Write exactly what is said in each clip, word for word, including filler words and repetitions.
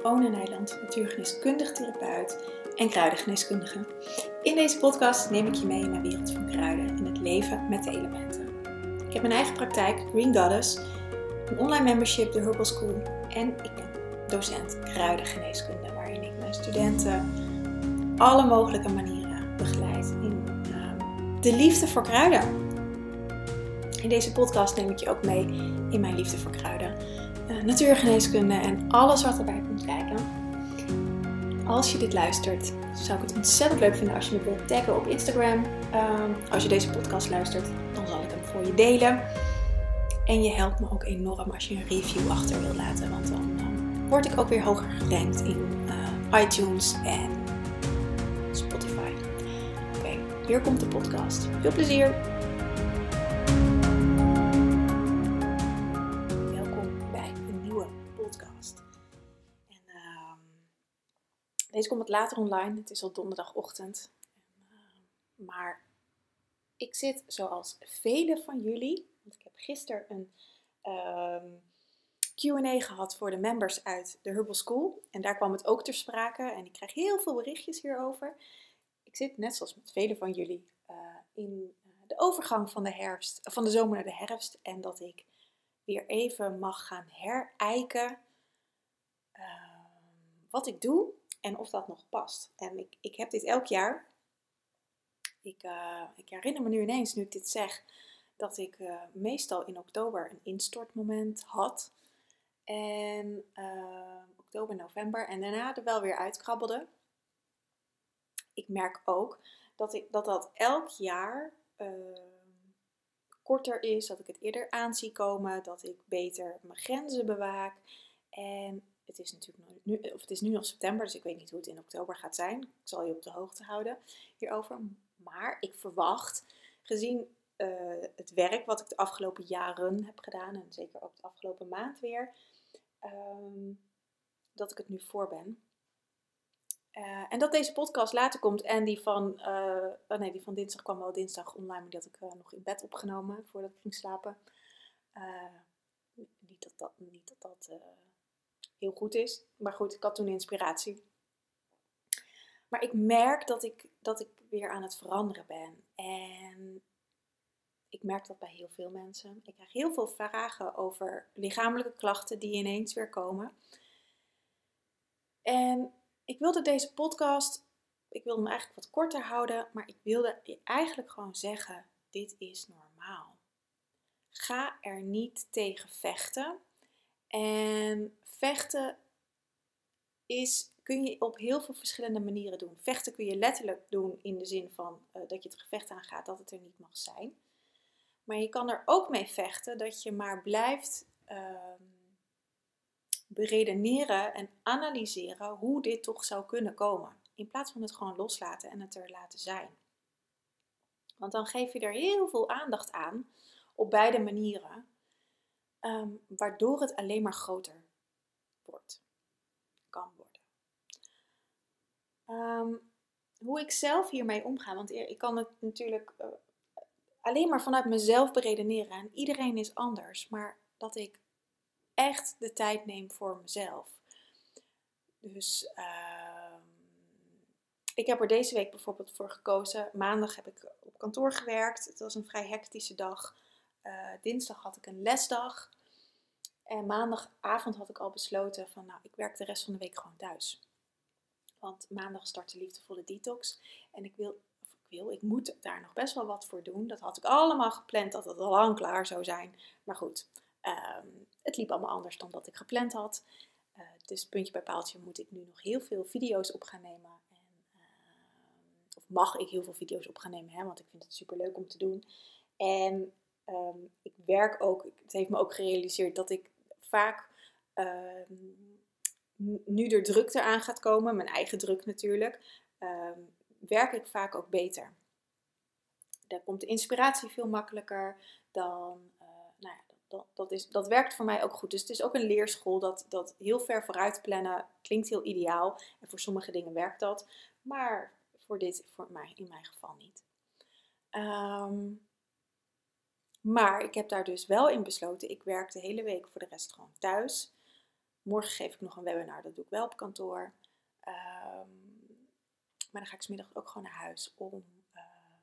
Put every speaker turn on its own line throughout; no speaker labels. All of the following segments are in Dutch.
One Nijland, natuurgeneeskundig therapeut en kruidengeneeskundige. In deze podcast neem ik je mee in mijn wereld van kruiden en het leven met de elementen. Ik heb mijn eigen praktijk, Green Goddess, een online membership, de Herbal School en ik ben docent kruidengeneeskunde, waarin ik mijn studenten alle mogelijke manieren begeleid in uh, de liefde voor kruiden. In deze podcast neem ik je ook mee in mijn liefde voor kruiden, uh, natuurgeneeskunde en alles wat erbij komt kijken. Als je dit luistert, zou ik het ontzettend leuk vinden als je me wilt taggen op Instagram. Uh, als je deze podcast luistert, dan zal ik hem voor je delen. En je helpt me ook enorm als je een review achter wilt laten, want dan uh, word ik ook weer hoger gerankt in uh, iTunes en Spotify. Oké, okay, hier komt de podcast. Veel plezier! Deze komt wat later online, het is al donderdagochtend. Maar ik zit zoals velen van jullie, want ik heb gisteren een um, Q en A gehad voor de members uit de Herbal School. En daar kwam het ook ter sprake en ik krijg heel veel berichtjes hierover. Ik zit net zoals met velen van jullie uh, in de overgang van de, herfst, van de zomer naar de herfst. En dat ik weer even mag gaan herijken uh, wat ik doe. En of dat nog past. En ik, ik heb dit elk jaar. Ik, uh, ik herinner me nu ineens, nu ik dit zeg, dat ik uh, meestal in oktober een instortmoment had. En uh, oktober, november. En daarna er wel weer uitkrabbelde. Ik merk ook dat ik, dat, dat elk jaar uh, korter is. Dat ik het eerder aan zie komen. Dat ik beter mijn grenzen bewaak. En Het is natuurlijk nu, of het is nu nog september, dus ik weet niet hoe het in oktober gaat zijn. Ik zal je op de hoogte houden hierover. Maar ik verwacht, gezien uh, het werk wat ik de afgelopen jaren heb gedaan, en zeker ook de afgelopen maand weer, um, dat ik het nu voor ben. Uh, en dat deze podcast later komt en die van, uh, oh nee, die van dinsdag kwam wel dinsdag online, maar die had ik uh, nog in bed opgenomen voordat ik ging slapen. Uh, niet dat dat... Niet dat, dat uh, heel goed is. Maar goed, ik had toen inspiratie. Maar ik merk dat ik, dat ik weer aan het veranderen ben. En ik merk dat bij heel veel mensen. Ik krijg heel veel vragen over lichamelijke klachten die ineens weer komen. En ik wilde deze podcast, ik wilde hem eigenlijk wat korter houden. Maar ik wilde eigenlijk gewoon zeggen, dit is normaal. Ga er niet tegen vechten. En vechten is, kun je op heel veel verschillende manieren doen. Vechten kun je letterlijk doen in de zin van uh, dat je het gevecht aangaat, dat het er niet mag zijn. Maar je kan er ook mee vechten dat je maar blijft uh, beredeneren en analyseren hoe dit toch zou kunnen komen. In plaats van het gewoon loslaten en het er laten zijn. Want dan geef je er heel veel aandacht aan op beide manieren. Um, waardoor het alleen maar groter wordt, kan worden. Um, hoe ik zelf hiermee omga, want ik kan het natuurlijk uh, alleen maar vanuit mezelf beredeneren. En iedereen is anders, maar dat ik echt de tijd neem voor mezelf. Dus uh, ik heb er deze week bijvoorbeeld voor gekozen. Maandag heb ik op kantoor gewerkt. Het was een vrij hectische dag. Uh, dinsdag had ik een lesdag. En maandagavond had ik al besloten van, nou, ik werk de rest van de week gewoon thuis. Want maandag start de liefdevolle detox. En ik wil, of ik wil, ik moet daar nog best wel wat voor doen. Dat had ik allemaal gepland dat het al lang klaar zou zijn. Maar goed, um, het liep allemaal anders dan dat ik gepland had. Uh, dus puntje bij paaltje moet ik nu nog heel veel video's op gaan nemen. En, uh, of mag ik heel veel video's op gaan nemen, hè, want ik vind het super leuk om te doen. En um, ik werk ook, het heeft me ook gerealiseerd dat ik vaak, uh, nu er druk eraan gaat komen, mijn eigen druk natuurlijk, uh, werk ik vaak ook beter. Daar komt de inspiratie veel makkelijker dan, uh, nou ja, dat, dat, is, dat werkt voor mij ook goed. Dus het is ook een leerschool dat, dat heel ver vooruit plannen klinkt heel ideaal. En voor sommige dingen werkt dat, maar voor dit, voor mij, in mijn geval niet. Um, Maar ik heb daar dus wel in besloten, ik werk de hele week voor de rest gewoon thuis. Morgen geef ik nog een webinar, dat doe ik wel op kantoor. Um, maar dan ga ik 's middags ook gewoon naar huis om uh,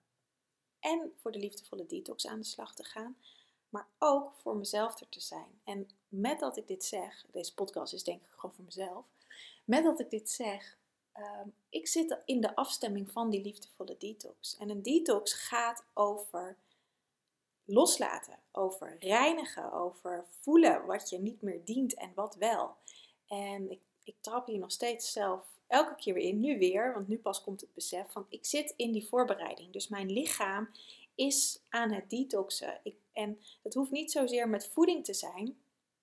en voor de liefdevolle detox aan de slag te gaan. Maar ook voor mezelf er te zijn. En met dat ik dit zeg, deze podcast is denk ik gewoon voor mezelf. Met dat ik dit zeg, um, ik zit in de afstemming van die liefdevolle detox. En een detox gaat over loslaten, over reinigen, over voelen wat je niet meer dient en wat wel. En ik, ik trap hier nog steeds zelf elke keer weer in, nu weer, want nu pas komt het besef van ik zit in die voorbereiding. Dus mijn lichaam is aan het detoxen. Ik, en dat hoeft niet zozeer met voeding te zijn.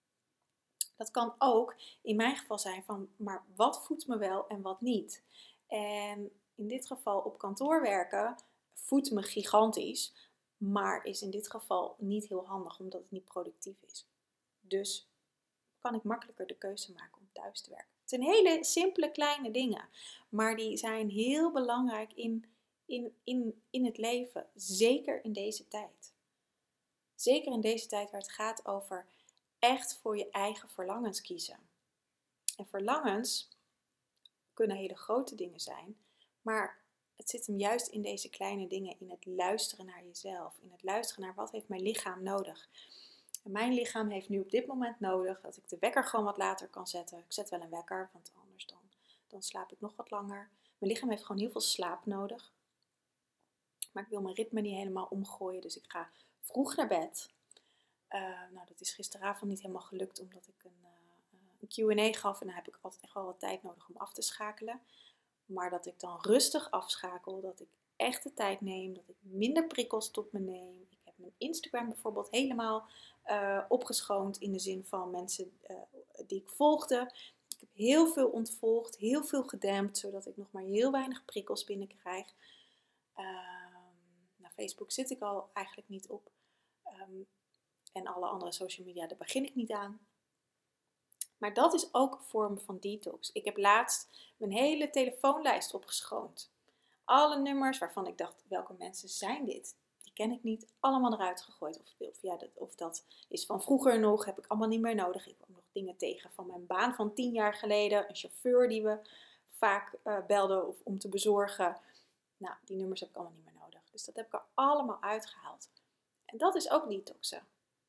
Dat kan ook in mijn geval zijn van, maar wat voedt me wel en wat niet? En in dit geval op kantoor werken voedt me gigantisch, maar is in dit geval niet heel handig omdat het niet productief is. Dus kan ik makkelijker de keuze maken om thuis te werken. Het zijn hele simpele kleine dingen, maar die zijn heel belangrijk in, in, in, in het leven, zeker in deze tijd. Zeker in deze tijd waar het gaat over echt voor je eigen verlangens kiezen. En verlangens kunnen hele grote dingen zijn, maar het zit hem juist in deze kleine dingen, in het luisteren naar jezelf, in het luisteren naar wat heeft mijn lichaam nodig. En mijn lichaam heeft nu op dit moment nodig dat ik de wekker gewoon wat later kan zetten. Ik zet wel een wekker, want anders dan, dan slaap ik nog wat langer. Mijn lichaam heeft gewoon heel veel slaap nodig. Maar ik wil mijn ritme niet helemaal omgooien, dus ik ga vroeg naar bed. Uh, nou, dat is gisteravond niet helemaal gelukt, omdat ik een, uh, een Q en A gaf. En dan heb ik altijd echt wel wat tijd nodig om af te schakelen. Maar dat ik dan rustig afschakel, dat ik echt de tijd neem, dat ik minder prikkels tot me neem. Ik heb mijn Instagram bijvoorbeeld helemaal uh, opgeschoond in de zin van mensen uh, die ik volgde. Ik heb heel veel ontvolgd, heel veel gedempt, zodat ik nog maar heel weinig prikkels binnenkrijg. Uh, nou, Facebook zit ik al eigenlijk niet op. Um, en alle andere social media, daar begin ik niet aan. Maar dat is ook een vorm van detox. Ik heb laatst mijn hele telefoonlijst opgeschoond. Alle nummers waarvan ik dacht, welke mensen zijn dit? Die ken ik niet. Allemaal eruit gegooid. Of, of, ja, dat, of dat is van vroeger nog, heb ik allemaal niet meer nodig. Ik kwam nog dingen tegen van mijn baan van tien jaar geleden. Een chauffeur die we vaak uh, belden of, om te bezorgen. Nou, die nummers heb ik allemaal niet meer nodig. Dus dat heb ik er allemaal uitgehaald. En dat is ook detoxen.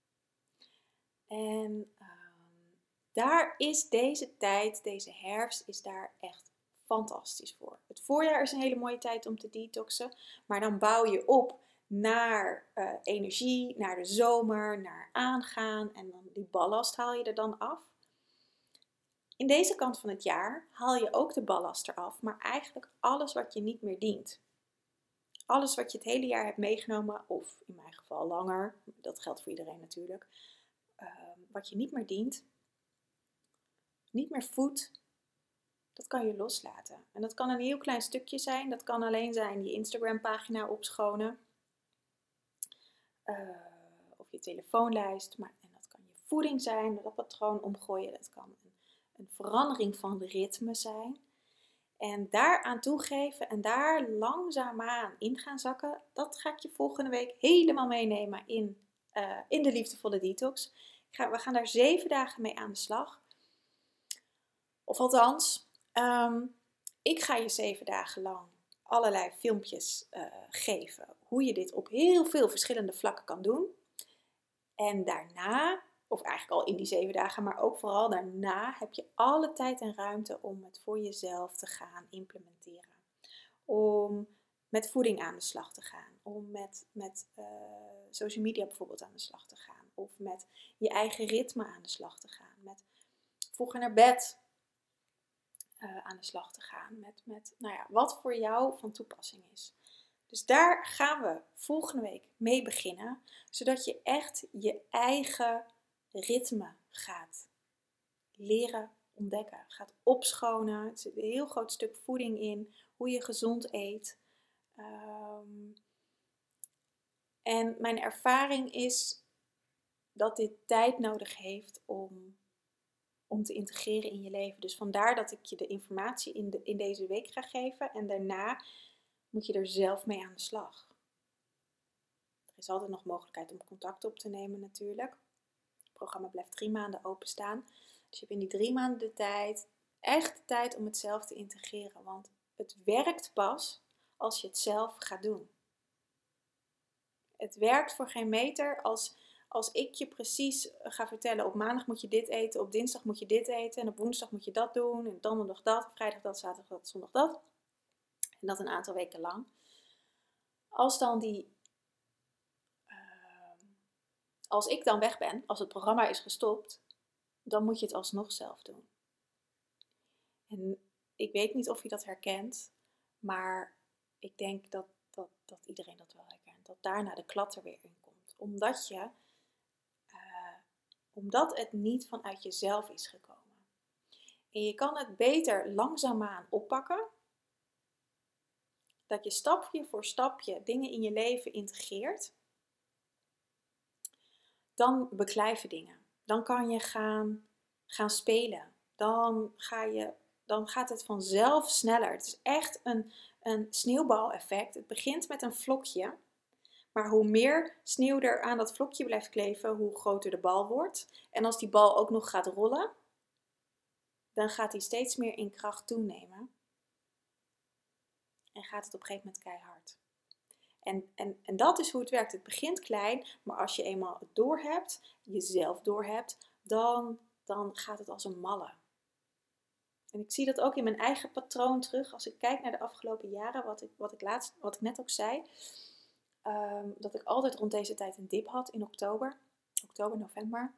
En um, daar is deze tijd, deze herfst, is daar echt fantastisch voor. Het voorjaar is een hele mooie tijd om te detoxen. Maar dan bouw je op naar uh, energie, naar de zomer, naar aangaan. En dan die ballast haal je er dan af. In deze kant van het jaar haal je ook de ballast eraf. Maar eigenlijk alles wat je niet meer dient. Alles wat je het hele jaar hebt meegenomen, of in mijn geval langer. Dat geldt voor iedereen natuurlijk. Uh, wat je niet meer dient, niet meer voedt, dat kan je loslaten. En dat kan een heel klein stukje zijn. Dat kan alleen zijn je Instagram pagina opschonen. Uh, of je telefoonlijst. Maar, en dat kan je voeding zijn, dat patroon omgooien. Dat kan een, een verandering van de ritme zijn. En daar aan toegeven en daar langzaamaan in gaan zakken. Dat ga ik je volgende week helemaal meenemen in, uh, in de liefdevolle detox. Ga, we gaan daar zeven dagen mee aan de slag. Of althans, um, ik ga je zeven dagen lang allerlei filmpjes uh, geven. Hoe je dit op heel veel verschillende vlakken kan doen. En daarna, of eigenlijk al in die zeven dagen, maar ook vooral daarna, heb je alle tijd en ruimte om het voor jezelf te gaan implementeren. Om met voeding aan de slag te gaan. Om met, met uh, social media bijvoorbeeld aan de slag te gaan. Of met je eigen ritme aan de slag te gaan. Met vroeger naar bed uh, aan de slag te gaan. Met, met nou ja, wat voor jou van toepassing is. Dus daar gaan we volgende week mee beginnen. Zodat je echt je eigen ritme gaat leren ontdekken. Gaat opschonen. Er zit een heel groot stuk voeding in. Hoe je gezond eet. Um, en mijn ervaring is dat dit tijd nodig heeft om, om te integreren in je leven. Dus vandaar dat ik je de informatie in, de, in deze week ga geven. En daarna moet je er zelf mee aan de slag. Er is altijd nog mogelijkheid om contact op te nemen natuurlijk. Het programma blijft drie maanden openstaan. Dus je hebt in die drie maanden de tijd, echt de tijd om het zelf te integreren. Want het werkt pas als je het zelf gaat doen. Het werkt voor geen meter als, als ik je precies ga vertellen, op maandag moet je dit eten, op dinsdag moet je dit eten en op woensdag moet je dat doen en donderdag dat, vrijdag dat, zaterdag dat, zondag dat. En dat een aantal weken lang. Als dan die, uh, als ik dan weg ben, als het programma is gestopt, dan moet je het alsnog zelf doen. En ik weet niet of je dat herkent, maar ik denk dat, dat, dat iedereen dat wel herkent. Dat daarna de klad er weer in komt. Omdat je, uh, omdat het niet vanuit jezelf is gekomen. En je kan het beter langzaamaan oppakken. Dat je stapje voor stapje dingen in je leven integreert. Dan beklijven dingen. Dan kan je gaan, gaan spelen. Dan, ga je, dan gaat het vanzelf sneller. Het is echt een, een sneeuwbaleffect. Het begint met een vlokje. Maar hoe meer sneeuw er aan dat vlokje blijft kleven, hoe groter de bal wordt. En als die bal ook nog gaat rollen, dan gaat die steeds meer in kracht toenemen. En gaat het op een gegeven moment keihard. En, en, en dat is hoe het werkt. Het begint klein, maar als je eenmaal het doorhebt, jezelf doorhebt, dan, dan gaat het als een malle. En ik zie dat ook in mijn eigen patroon terug. Als ik kijk naar de afgelopen jaren, wat ik, wat ik, laatst, wat ik net ook zei. Um, dat ik altijd rond deze tijd een dip had in oktober. Oktober, november.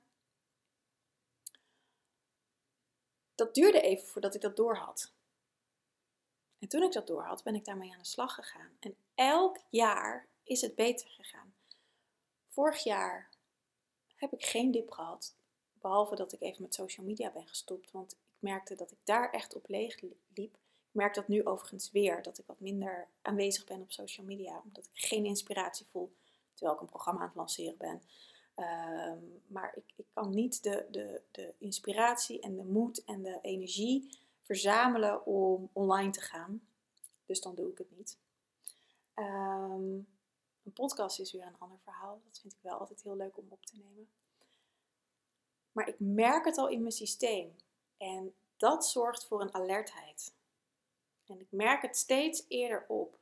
Dat duurde even voordat ik dat door had. En toen ik dat door had, ben ik daarmee aan de slag gegaan. En elk jaar is het beter gegaan. Vorig jaar heb ik geen dip gehad. Behalve dat ik even met social media ben gestopt. Want ik merkte dat ik daar echt op leeg liep. Ik merk dat nu overigens weer. Dat ik wat minder aanwezig ben op social media. Omdat ik geen inspiratie voel. Terwijl ik een programma aan het lanceren ben. Um, maar ik, ik kan niet de, de, de inspiratie en de moed en de energie verzamelen om online te gaan. Dus dan doe ik het niet. Um, een podcast is weer een ander verhaal. Dat vind ik wel altijd heel leuk om op te nemen. Maar ik merk het al in mijn systeem. En dat zorgt voor een alertheid. En ik merk het steeds eerder op.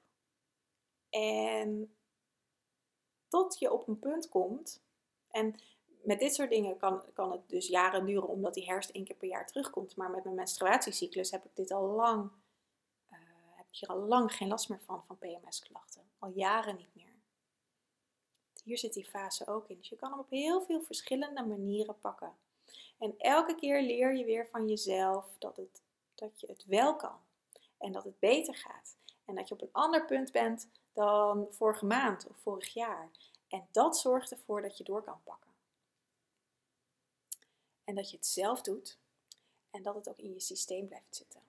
En tot je op een punt komt. En met dit soort dingen kan, kan het dus jaren duren, omdat die herfst één keer per jaar terugkomt. Maar met mijn menstruatiecyclus heb ik dit al lang, uh, heb ik hier al lang geen last meer van, van P M S-klachten. Al jaren niet meer. Hier zit die fase ook in. Dus je kan hem op heel veel verschillende manieren pakken. En elke keer leer je weer van jezelf dat, het, dat je het wel kan. En dat het beter gaat. En dat je op een ander punt bent dan vorige maand of vorig jaar. En dat zorgt ervoor dat je door kan pakken. En dat je het zelf doet. En dat het ook in je systeem blijft zitten.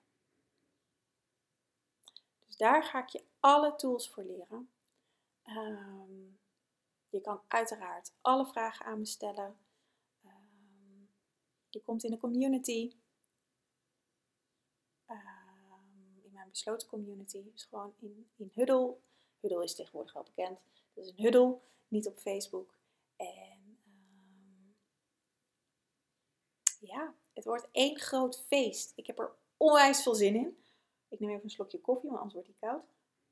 Dus daar ga ik je alle tools voor leren. Um, je kan uiteraard alle vragen aan me stellen. Um, je komt in de community. Um, in mijn besloten community. Dus gewoon in, in Huddle. Huddle is tegenwoordig wel bekend. Dat is een Huddle, niet op Facebook. En um, ja, het wordt één groot feest. Ik heb er onwijs veel zin in. Ik neem even een slokje koffie, want anders wordt die koud.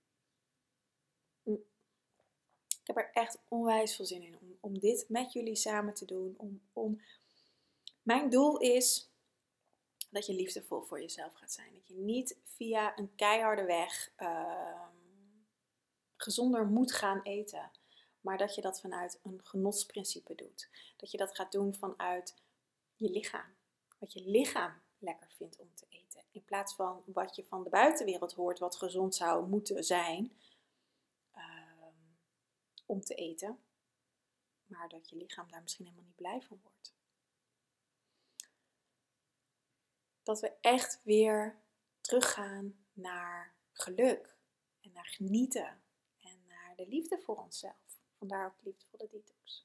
Mm. Ik heb er echt onwijs veel zin in om, om dit met jullie samen te doen. Om, om... Mijn doel is dat je liefdevol voor jezelf gaat zijn. Dat je niet via een keiharde weg uh, gezonder moet gaan eten. Maar dat je dat vanuit een genotsprincipe doet. Dat je dat gaat doen vanuit je lichaam. Wat je lichaam lekker vindt om te eten. In plaats van wat je van de buitenwereld hoort wat gezond zou moeten zijn uh, om te eten. Maar dat je lichaam daar misschien helemaal niet blij van wordt. Dat we echt weer teruggaan naar geluk. En naar genieten. En naar de liefde voor onszelf. Vandaar ook de liefdevolle detox.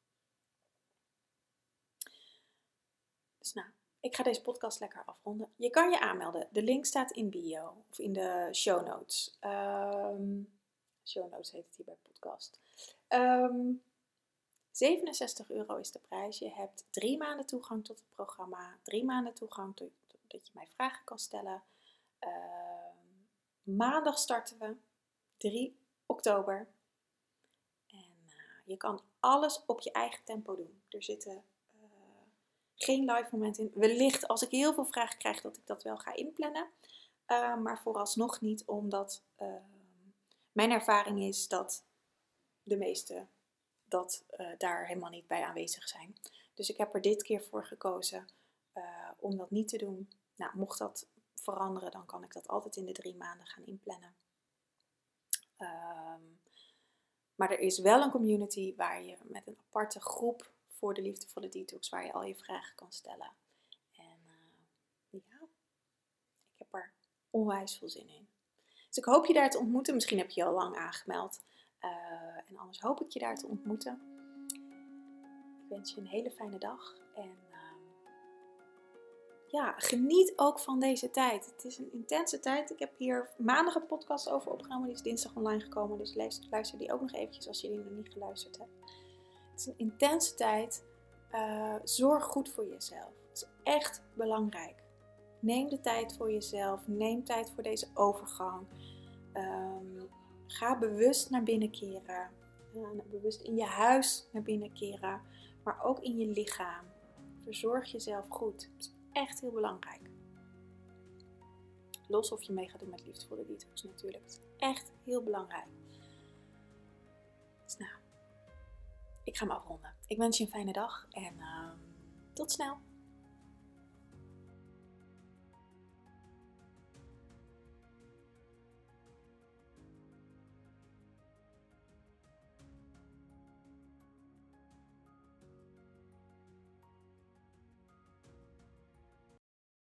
Dus nou, ik ga deze podcast lekker afronden. Je kan je aanmelden. De link staat in bio. Of in de show notes. Um, show notes heet het hier bij podcast. Um, zevenenzestig euro is de prijs. Je hebt drie maanden toegang tot het programma. Drie maanden toegang tot, dat je mij vragen kan stellen. Uh, maandag starten we. drie oktober. En uh, je kan alles op je eigen tempo doen. Er zitten uh, geen live momenten in. Wellicht als ik heel veel vragen krijg dat ik dat wel ga inplannen. Uh, maar vooralsnog niet, omdat uh, mijn ervaring is dat de meeste dat uh, daar helemaal niet bij aanwezig zijn. Dus ik heb er dit keer voor gekozen uh, om dat niet te doen. Nou, mocht dat veranderen, dan kan ik dat altijd in de drie maanden gaan inplannen. Um, maar er is wel een community waar je met een aparte groep voor de liefdevolle detox, waar je al je vragen kan stellen. En uh, ja, ik heb er onwijs veel zin in. Dus ik hoop je daar te ontmoeten. Misschien heb je je al lang aangemeld. Uh, en anders hoop ik je daar te ontmoeten. Ik wens je een hele fijne dag. En uh, ja, geniet ook van deze tijd. Het is een intense tijd. Ik heb hier maandag een podcast over opgenomen. Die is dinsdag online gekomen. Dus luister, luister die ook nog eventjes als je die nog niet geluisterd hebt. Het is een intense tijd. Uh, zorg goed voor jezelf. Het is echt belangrijk. Neem de tijd voor jezelf. Neem tijd voor deze overgang. Um, ga bewust naar binnen keren. Uh, bewust in je huis naar binnen keren. Maar ook in je lichaam. Verzorg jezelf goed. Het is echt heel belangrijk. Los of je mee gaat doen met liefdevolle detox natuurlijk. Het is echt heel belangrijk. Dus nou, ik ga me afronden. Ik wens je een fijne dag en uh, tot snel.